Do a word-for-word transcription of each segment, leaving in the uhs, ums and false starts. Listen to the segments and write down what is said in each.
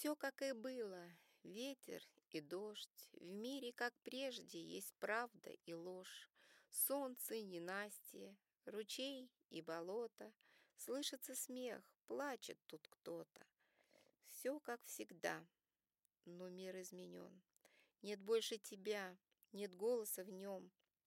Все, как и было, ветер и дождь, в мире, как прежде, есть правда и ложь, солнце и ненастье, ручей и болото, слышится смех, плачет тут кто-то. Все, как всегда, но мир изменен. Нет больше тебя, нет голоса в нем.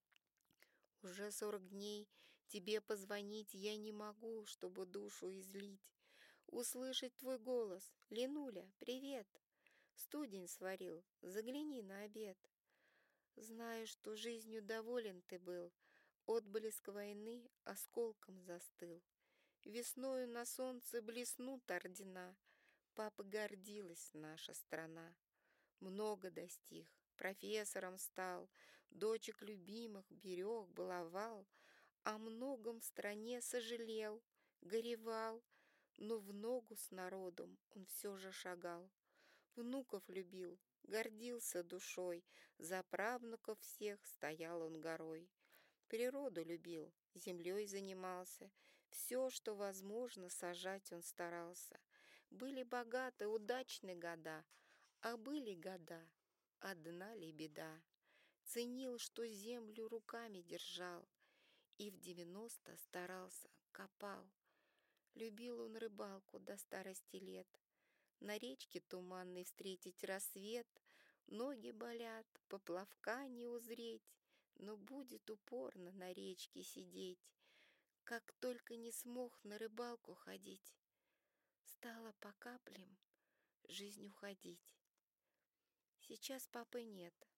Уже сорок дней тебе позвонить я не могу, чтобы душу излить. Услышать твой голос: «Ленуля, привет!» Студень сварил, загляни на обед. Знаю, что жизнью доволен ты был, отблеск войны осколком застыл. Весною на солнце блеснут ордена, папа гордилась наша страна. Много достиг, профессором стал, дочек любимых берег, баловал, о многом в стране сожалел, горевал, но в ногу с народом он все же шагал. Внуков любил, гордился душой, за правнуков всех стоял он горой. Природу любил, землей занимался, все, что возможно, сажать он старался. Были богаты, удачны года, а были года, одна ли беда. Ценил, что землю руками держал, и в девяносто старался, копал. Любил он рыбалку до старости лет, на речке туманной встретить рассвет. Ноги болят, поплавка не узреть, но будет упорно на речке сидеть. Как только не смог на рыбалку ходить, стало по каплям жизнь уходить. Сейчас папы нет.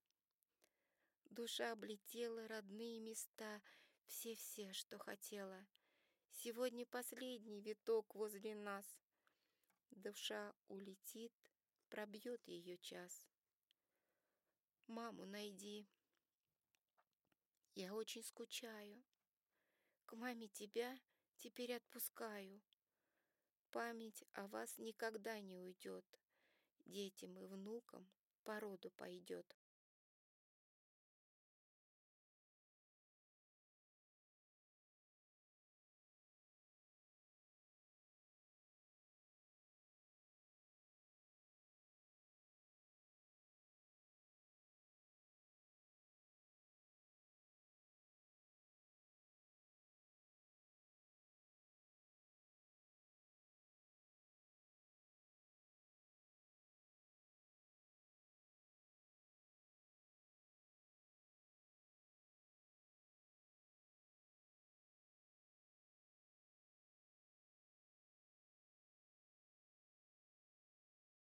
Душа облетела родные места, все-все, что хотела. Сегодня последний виток возле нас. Душа улетит, пробьет ее час. Маму найди. Я очень скучаю. К маме тебя теперь отпускаю. Память о вас никогда не уйдет. Детям и внукам по роду пойдет.